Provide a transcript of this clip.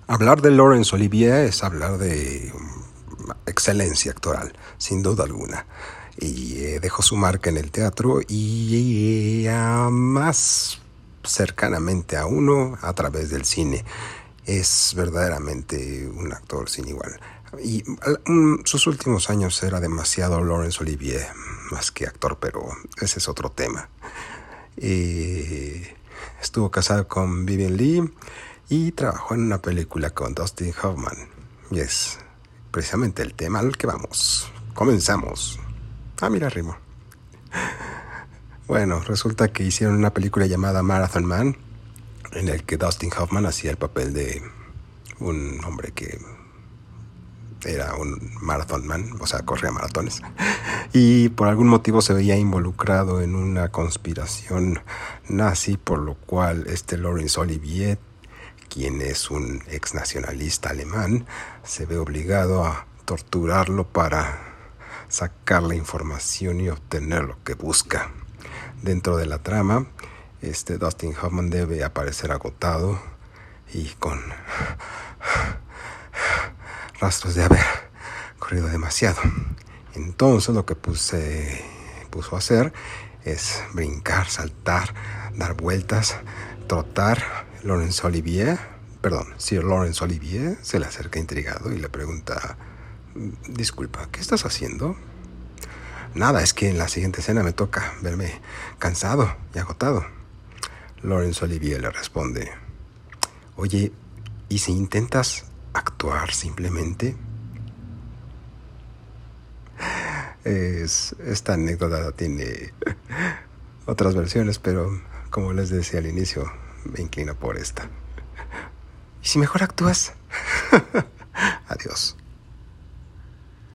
Hablar de Laurence Olivier es hablar de excelencia actoral, sin duda alguna. Y dejó su marca en el teatro y más cercanamente a uno a través del cine. Es verdaderamente un actor sin igual. Y sus últimos años era demasiado Laurence Olivier, más que actor, pero ese es otro tema. Estuvo casado con Vivien Leigh y trabajó en una película con Dustin Hoffman. Y es precisamente el tema al que vamos. Comenzamos. Mira, rimo. Bueno, resulta que hicieron una película llamada Marathon Man, en el que Dustin Hoffman hacía el papel de un hombre que era un marathon man, o sea, corría maratones, y por algún motivo se veía involucrado en una conspiración nazi, por lo cual Laurence Olivier, quien es un ex nacionalista alemán, se ve obligado a torturarlo para sacar la información y obtener lo que busca. Dentro de la trama, Dustin Hoffman debe aparecer agotado y con rastros de haber corrido demasiado. Entonces lo que puso a hacer es brincar, saltar, dar vueltas, trotar. Sir Laurence Olivier se le acerca intrigado y le pregunta: disculpa, ¿qué estás haciendo? Nada, es que en la siguiente escena me toca verme cansado y agotado. Laurence Olivier le responde: oye, ¿y si intentas actuar simplemente? Esta anécdota tiene otras versiones, pero como les decía al inicio, me inclino por esta. ¿Y si mejor actúas? Adiós.